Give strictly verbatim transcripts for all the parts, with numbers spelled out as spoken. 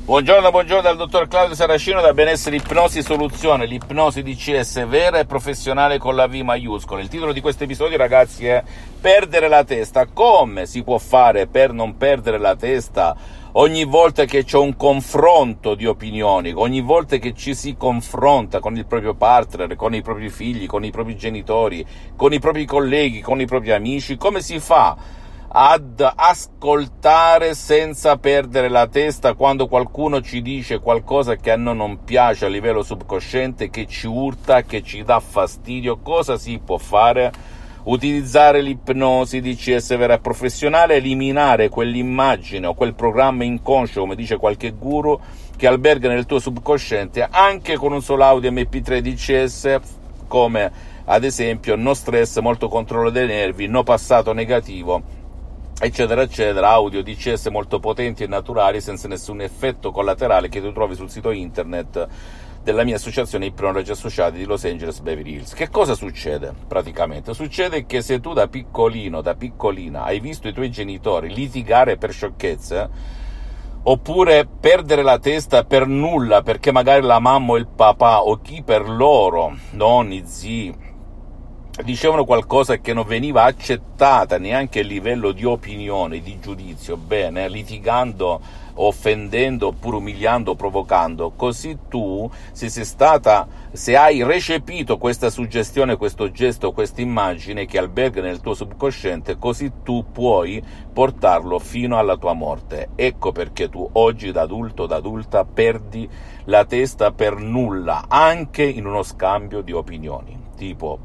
Buongiorno, buongiorno dal dottor Claudio Saracino da Benessere Ipnosi Soluzione, l'ipnosi D C S vera e professionale con la V maiuscola. Il titolo di questo episodio, ragazzi, è Perdere la testa. Come si può fare per non perdere la testa ogni volta che c'è un confronto di opinioni, ogni volta che ci si confronta con il proprio partner, con i propri figli, con i propri genitori, con i propri colleghi, con i propri amici? Come si fa ad ascoltare senza perdere la testa quando qualcuno ci dice qualcosa che a noi non piace a livello subconsciente, che ci urta, che ci dà fastidio? Cosa si può fare? Utilizzare l'ipnosi D C S vera e professionale, eliminare quell'immagine o quel programma inconscio, come dice qualche guru, che alberga nel tuo subconsciente, anche con un solo audio M P tre D C S, come ad esempio no stress, molto controllo dei nervi, no passato negativo, eccetera eccetera, audio D C S molto potenti e naturali senza nessun effetto collaterale che tu trovi sul sito internet della mia associazione Ipnologi Associati di Los Angeles Beverly Hills. Che cosa succede praticamente? Succede che se tu da piccolino, da piccolina hai visto i tuoi genitori litigare per sciocchezze, oppure perdere la testa per nulla perché magari la mamma o il papà o chi per loro, nonni, zii, dicevano qualcosa che non veniva accettata neanche a livello di opinione, di giudizio, bene, litigando, offendendo, oppure umiliando, provocando, così tu, se sei stata, se hai recepito questa suggestione, questo gesto, questa immagine che alberga nel tuo subconsciente, così tu puoi portarlo fino alla tua morte. Ecco perché tu oggi, da adulto, da adulta, perdi la testa per nulla, anche in uno scambio di opinioni, tipo: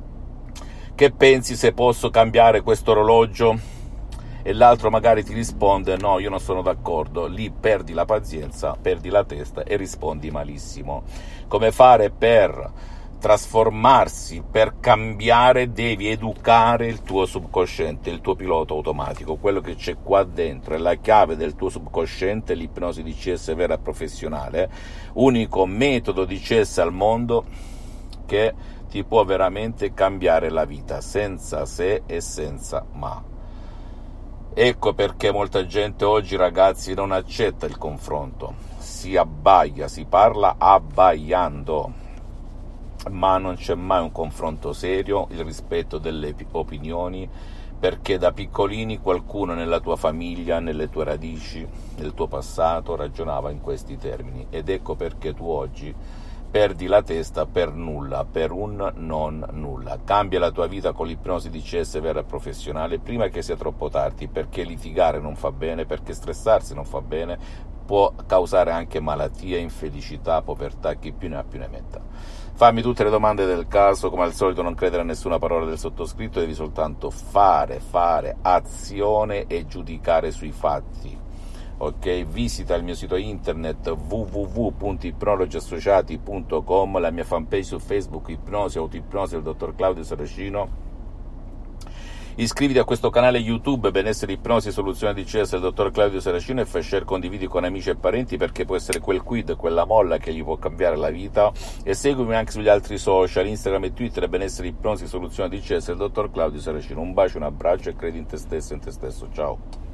che pensi se posso cambiare questo orologio? E l'altro magari ti risponde: no, io non sono d'accordo. Lì perdi la pazienza, perdi la testa e rispondi malissimo. Come fare per trasformarsi, per cambiare? Devi educare il tuo subconsciente, il tuo pilota automatico, quello che c'è qua dentro, è la chiave del tuo subconsciente, l'ipnosi D C S vera e professionale, unico metodo D C S al mondo che ti può veramente cambiare la vita, senza se e senza ma. Ecco perché molta gente oggi, ragazzi, non accetta il confronto, si abbaia, si parla abbaiando, ma non c'è mai un confronto serio, il rispetto delle opinioni, perché da piccolini qualcuno nella tua famiglia, nelle tue radici, nel tuo passato ragionava in questi termini, ed ecco perché tu oggi perdi la testa per nulla, per un non nulla. Cambia la tua vita con l'ipnosi D C S vera e professionale prima che sia troppo tardi, perché litigare non fa bene, perché stressarsi non fa bene, può causare anche malattie, infelicità, povertà, chi più ne ha più ne metta. Fammi tutte le domande del caso, come al solito non credere a nessuna parola del sottoscritto, devi soltanto fare, fare azione e giudicare sui fatti. Ok, visita il mio sito internet w w w punto ipnologi associati punto com, la mia fanpage su Facebook Ipnosi Autoipnosi del dottor Claudio Saracino. Iscriviti a questo canale YouTube Benessere Ipnosi Soluzione D C S del dottor Claudio Saracino e fai share, condividi con amici e parenti, perché può essere quel quid, quella molla che gli può cambiare la vita. E seguimi anche sugli altri social, Instagram e Twitter, Benessere Ipnosi Soluzione D C S del dottor Claudio Saracino. Un bacio, un abbraccio e credi in te stesso e in te stesso. Ciao.